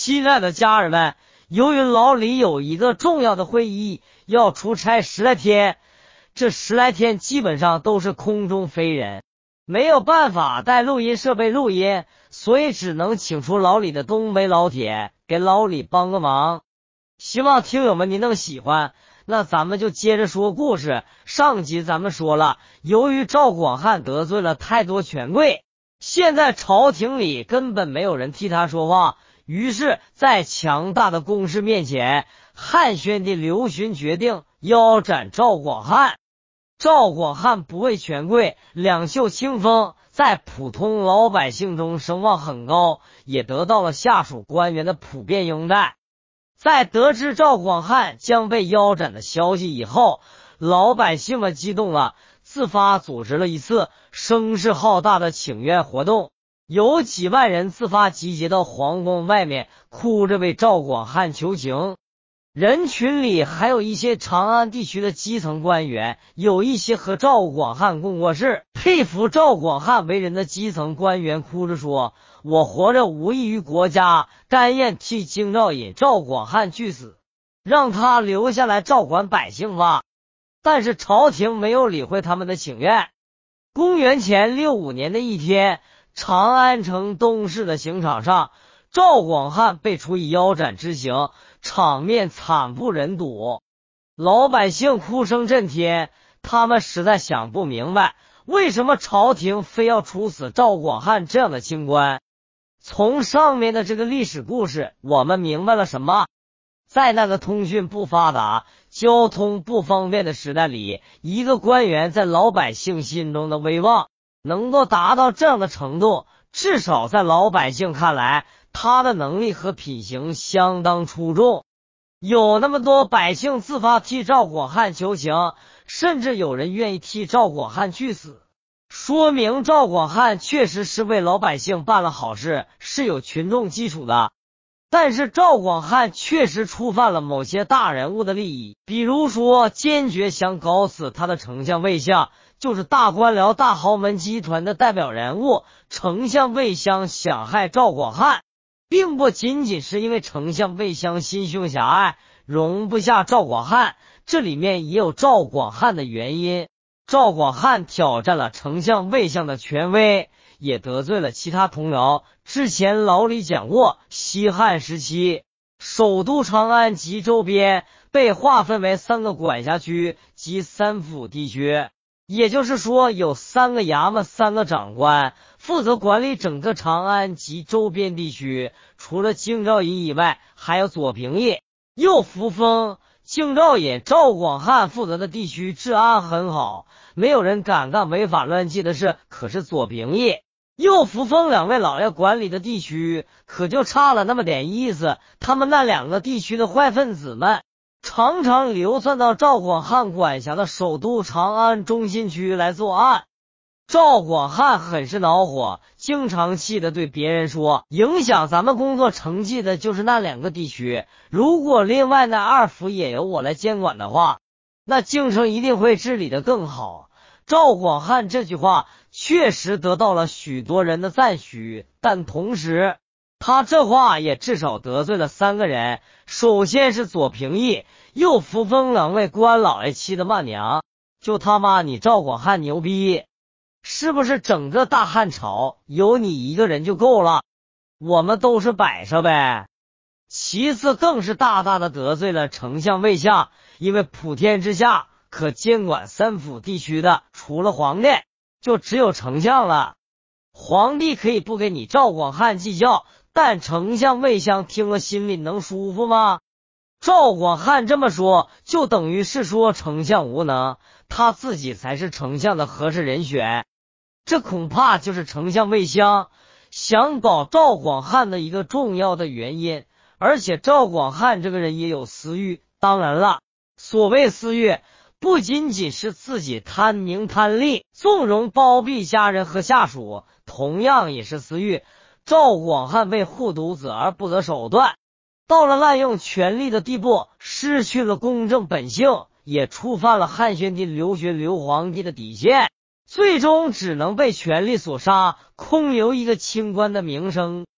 亲爱的家人们，由于老李有一个重要的会议要出差10来天，这10来天基本上都是空中飞人，没有办法带录音设备录音，所以只能请出老李的东北老铁给老李帮个忙。希望听友们您能喜欢。那咱们就接着说故事。上集咱们说了，由于赵广汉得罪了太多权贵，现在朝廷里根本没有人替他说话，于是在强大的攻势面前，汉宣帝刘询决定腰斩赵广汉。赵广汉不畏权贵，两袖清风，在普通老百姓中声望很高，也得到了下属官员的普遍拥戴。在得知赵广汉将被腰斩的消息以后，老百姓们激动了，自发组织了一次声势浩大的请愿活动，有几万人自发集结到皇宫外面，哭着为赵广汉求情。人群里还有一些长安地区的基层官员，有一些和赵广汉共过事，佩服赵广汉为人的基层官员哭着说，我活着无益于国家，甘愿替京兆尹赵广汉去死，让他留下来照管百姓吧。但是朝廷没有理会他们的请愿。公元前65年的一天，长安城东市的刑场上，赵广汉被处以腰斩之刑，场面惨不忍睹，老百姓哭声震天。他们实在想不明白，为什么朝廷非要处死赵广汉这样的清官。从上面的这个历史故事，我们明白了什么？在那个通讯不发达、交通不方便的时代里，一个官员在老百姓心中的威望能够达到这样的程度，至少在老百姓看来，他的能力和品行相当出众。有那么多百姓自发替赵广汉求情，甚至有人愿意替赵广汉去死，说明赵广汉确实是为老百姓办了好事，是有群众基础的。但是赵广汉确实触犯了某些大人物的利益，比如说坚决想搞死他的丞相魏相，就是大官僚大豪门集团的代表人物。丞相魏相想害赵广汉，并不仅仅是因为丞相魏相心胸狭隘，容不下赵广汉，这里面也有赵广汉的原因。赵广汉挑战了丞相魏相的权威，也得罪了其他同僚。之前老李讲过，西汉时期，首都长安及周边被划分为3个管辖区及3府地区，也就是说有3个衙门3个长官负责管理整个长安及周边地区。除了京兆尹以外，还有左平邑、右扶风。京兆尹赵广汉负责的地区治安很好，没有人敢干违法乱纪的事。可是左平邑、右扶风2位老爷管理的地区可就差了那么点意思，他们那2个地区的坏分子们常常流窜到赵广汉管辖的首都长安中心区来作案。赵广汉很是恼火，经常气得对别人说，影响咱们工作成绩的就是那2个地区，如果另外那2府也由我来监管的话，那京城一定会治理得更好。赵广汉这句话确实得到了许多人的赞许，但同时他这话也至少得罪了3个人。首先是左平邑、右扶风2位官老爷气得骂娘，就他妈你赵广汉牛逼，是不是整个大汉朝有你一个人就够了，我们都是摆设呗。其次更是大大的得罪了丞相魏相，因为普天之下可监管3府地区的除了皇帝就只有丞相了。皇帝可以不给你赵广汉计较，但丞相魏相听了心里能舒服吗？赵广汉这么说就等于是说丞相无能，他自己才是丞相的合适人选。这恐怕就是丞相魏相想搞赵广汉的一个重要的原因。而且赵广汉这个人也有私欲，当然了，所谓私欲不仅仅是自己贪名贪利，纵容包庇家人和下属，同样也是私欲。赵广汉为护犊子而不择手段，到了滥用权力的地步，失去了公正本性，也触犯了汉宣帝刘询刘皇帝的底线，最终只能被权力所杀，空留一个清官的名声。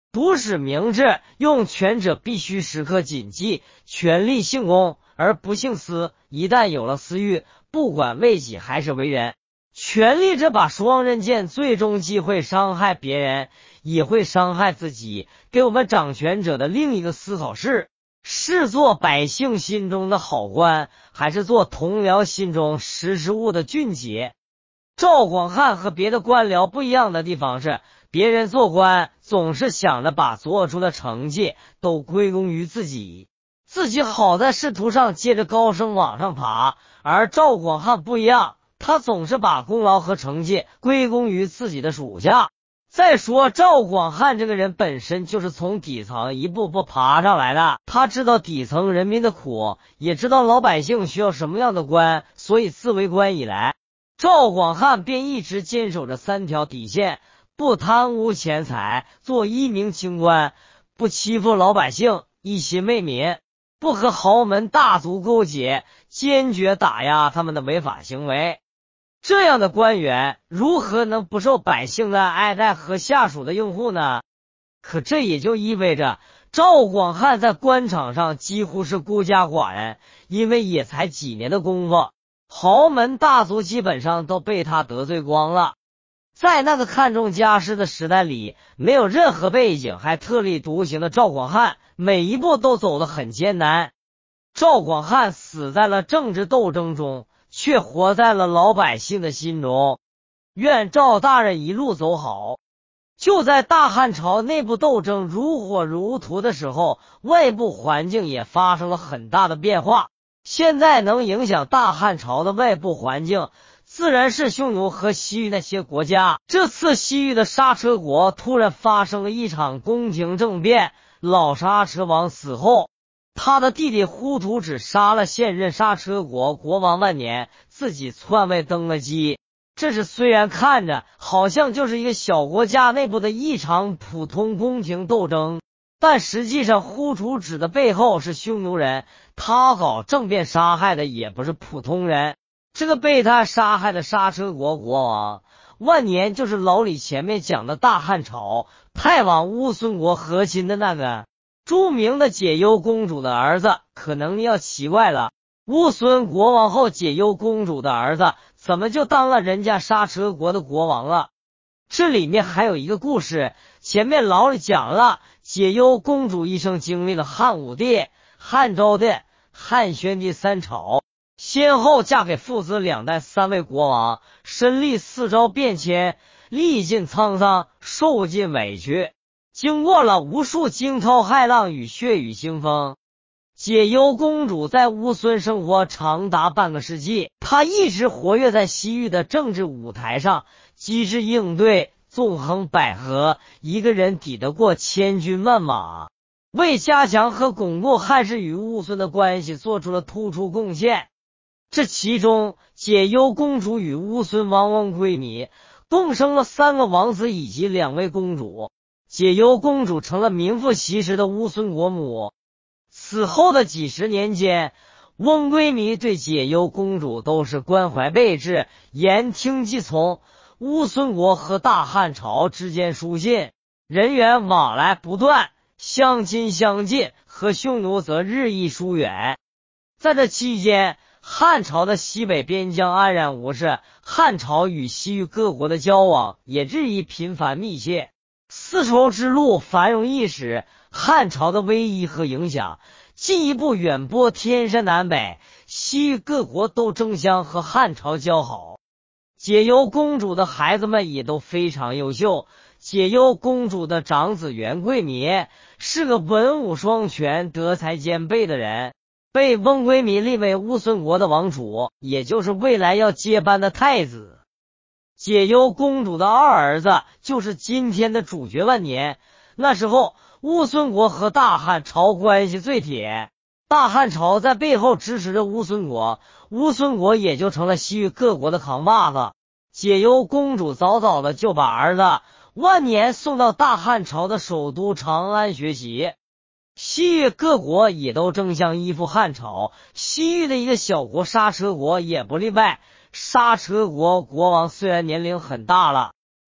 读使明智，用权者必须时刻谨记权力性公而不性私，一旦有了私欲，不管为己还是为人，权力这把双刃剑最终既会伤害别人，也会伤害自己。给我们掌权者的另一个思考是做百姓心中的好官，还是做同僚心中识时务的俊杰？赵广汉和别的官僚不一样的地方是，别人做官总是想着把做出的成绩都归功于自己，自己好在仕途上接着高升往上爬，而赵广汉不一样，他总是把功劳和成绩归功于自己的属下。再说赵广汉这个人本身就是从底层一步步爬上来的，他知道底层人民的苦，也知道老百姓需要什么样的官，所以自为官以来，赵广汉便一直坚守着3条底线：不贪污钱财，做一名清官；不欺负老百姓，一心为民；不和豪门大族勾结，坚决打压他们的违法行为。这样的官员如何能不受百姓的爱戴和下属的拥护呢？可这也就意味着赵广汉在官场上几乎是孤家寡人，因为也才几年的功夫，豪门大族基本上都被他得罪光了。在那个看重家世的时代里，没有任何背景还特立独行的赵广汉，每一步都走得很艰难。赵广汉死在了政治斗争中，却活在了老百姓的心中。愿赵大人一路走好。就在大汉朝内部斗争如火如荼的时候，外部环境也发生了很大的变化。现在能影响大汉朝的外部环境，自然是匈奴和西域那些国家。这次西域的刹车国突然发生了一场宫廷政变，老刹车王死后，他的弟弟呼图只杀了现任刹车国国王万年，自己篡位登了基。这是虽然看着好像就是一个小国家内部的一场普通宫廷斗争，但实际上呼图指的背后是匈奴人，他搞政变杀害的也不是普通人。这个被他杀害的刹车国国王万年，就是老李前面讲的大汉朝派往乌孙国和亲的那个著名的解忧公主的儿子。可能你要奇怪了，乌孙国王后解忧公主的儿子怎么就当了人家刹车国的国王了？这里面还有一个故事，前面老李讲了，解忧公主一生经历了汉武帝、汉昭帝、汉宣帝3朝，先后嫁给父子2代3位国王，身历4朝变迁，历尽沧桑，受尽委屈，经过了无数惊涛骇浪与血雨腥风。解忧公主在乌孙生活长达半个世纪，她一直活跃在西域的政治舞台上，机智应对，纵横捭阖，一个人抵得过千军万马，为加强和巩固汉室与乌孙的关系做出了突出贡献。这其中，解忧公主与乌孙王翁归靡，共生了3个王子以及2位公主。解忧公主成了名副其实的乌孙国母。此后的几十年间，翁归靡对解忧公主都是关怀备至，言听计从。乌孙国和大汉朝之间书信，人员往来不断，相亲相近，和匈奴则日益疏远。在这期间，汉朝的西北边疆安然无事，汉朝与西域各国的交往也日益频繁密切。丝绸之路繁荣一时，汉朝的威仪和影响进一步远播天山南北，西域各国都争相和汉朝交好。解忧公主的孩子们也都非常优秀。解忧公主的长子元贵靡是个文武双全、德才兼备的人，被翁归靡立为乌孙国的王储，也就是未来要接班的太子。解忧公主的2儿子就是今天的主角万年。那时候乌孙国和大汉朝关系最铁，大汉朝在背后支持着乌孙国，乌孙国也就成了西域各国的扛把子。解忧公主早早的就把儿子万年送到大汉朝的首都长安学习。西域各国也都争相依附汉朝，西域的一个小国刹车国也不例外。刹车国国王虽然年龄很大了，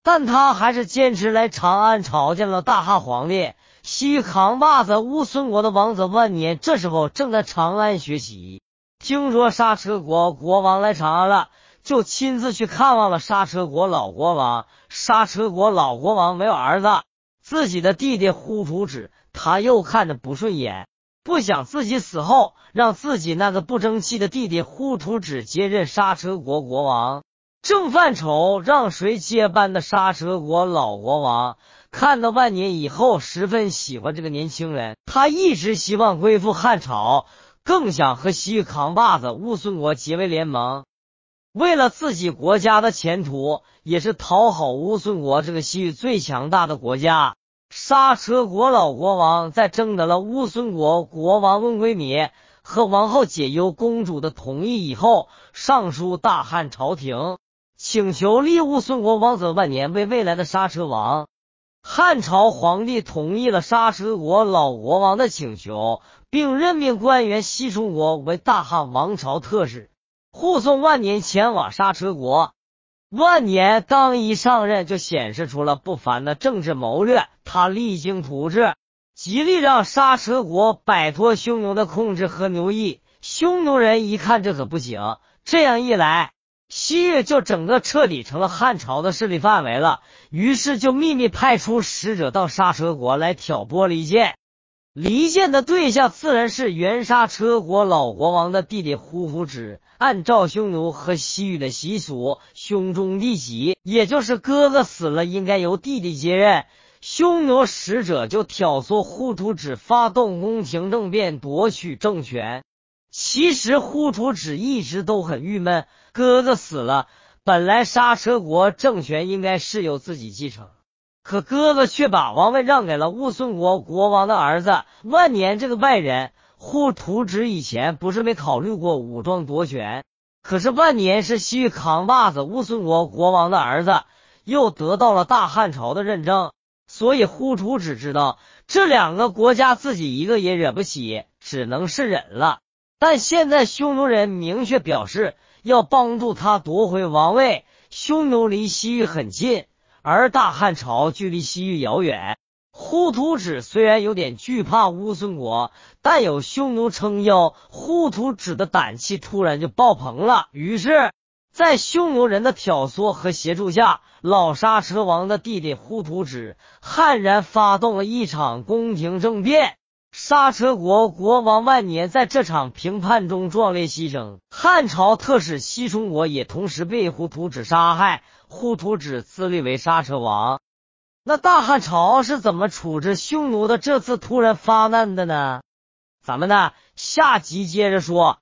但他还是坚持来长安朝见了大汉皇帝。西域扛把子乌孙国的王子万年这时候正在长安学习，听说刹车国国王来长安了，就亲自去看望了刹车国老国王。刹车国老国王没有儿子，自己的弟弟呼图止他又看着不顺眼，不想自己死后让自己那个不争气的弟弟呼图止接任刹车国国王，正犯愁让谁接班的刹车国老国王看到万年以后十分喜欢这个年轻人，他一直希望归附汉朝，更想和西域扛把子乌孙国结为联盟。为了自己国家的前途，也是讨好乌孙国这个西域最强大的国家，刹车国老国王在征得了乌孙国国王温归米和王后解忧公主的同意以后，上书大汉朝廷，请求立乌孙国王子万年为未来的刹车王。汉朝皇帝同意了刹车国老国王的请求，并任命官员西充国为大汉王朝特使，护送万年前往刹车国。万年刚一上任就显示出了不凡的政治谋略，他励精图治，极力让刹车国摆脱匈奴的控制和奴役。匈奴人一看这可不行，这样一来西域就整个彻底成了汉朝的势力范围了，于是就秘密派出使者到刹车国来挑拨离间。离间的对象自然是原刹车国老国王的弟弟呼图止。按照匈奴和西域的习俗，兄终弟及，也就是哥哥死了应该由弟弟接任。匈奴使者就挑唆呼图止发动宫廷政变，夺取政权。其实呼图止一直都很郁闷，哥哥死了，本来刹车国政权应该是由自己继承，可哥哥却把王位让给了乌孙国国王的儿子万年这个外人。呼图止以前不是没考虑过武装夺权，可是万年是西域扛把子乌孙国国王的儿子，又得到了大汉朝的认证，所以呼图止知道这两个国家自己一个也惹不起，只能是忍了。但现在匈奴人明确表示要帮助他夺回王位，匈奴离西域很近，而大汉朝距离西域遥远。呼图止虽然有点惧怕乌孙国，但有匈奴撑腰，呼图止的胆气突然就爆棚了。于是在匈奴人的挑唆和协助下，老刹车王的弟弟呼图止悍然发动了一场宫廷政变。刹车国国王万年在这场平叛中壮烈牺牲，汉朝特使西充国也同时被呼图止杀害，呼图止自立为刹车王。那大汉朝是怎么处置匈奴的这次突然发难的呢？咱们呢下集接着说。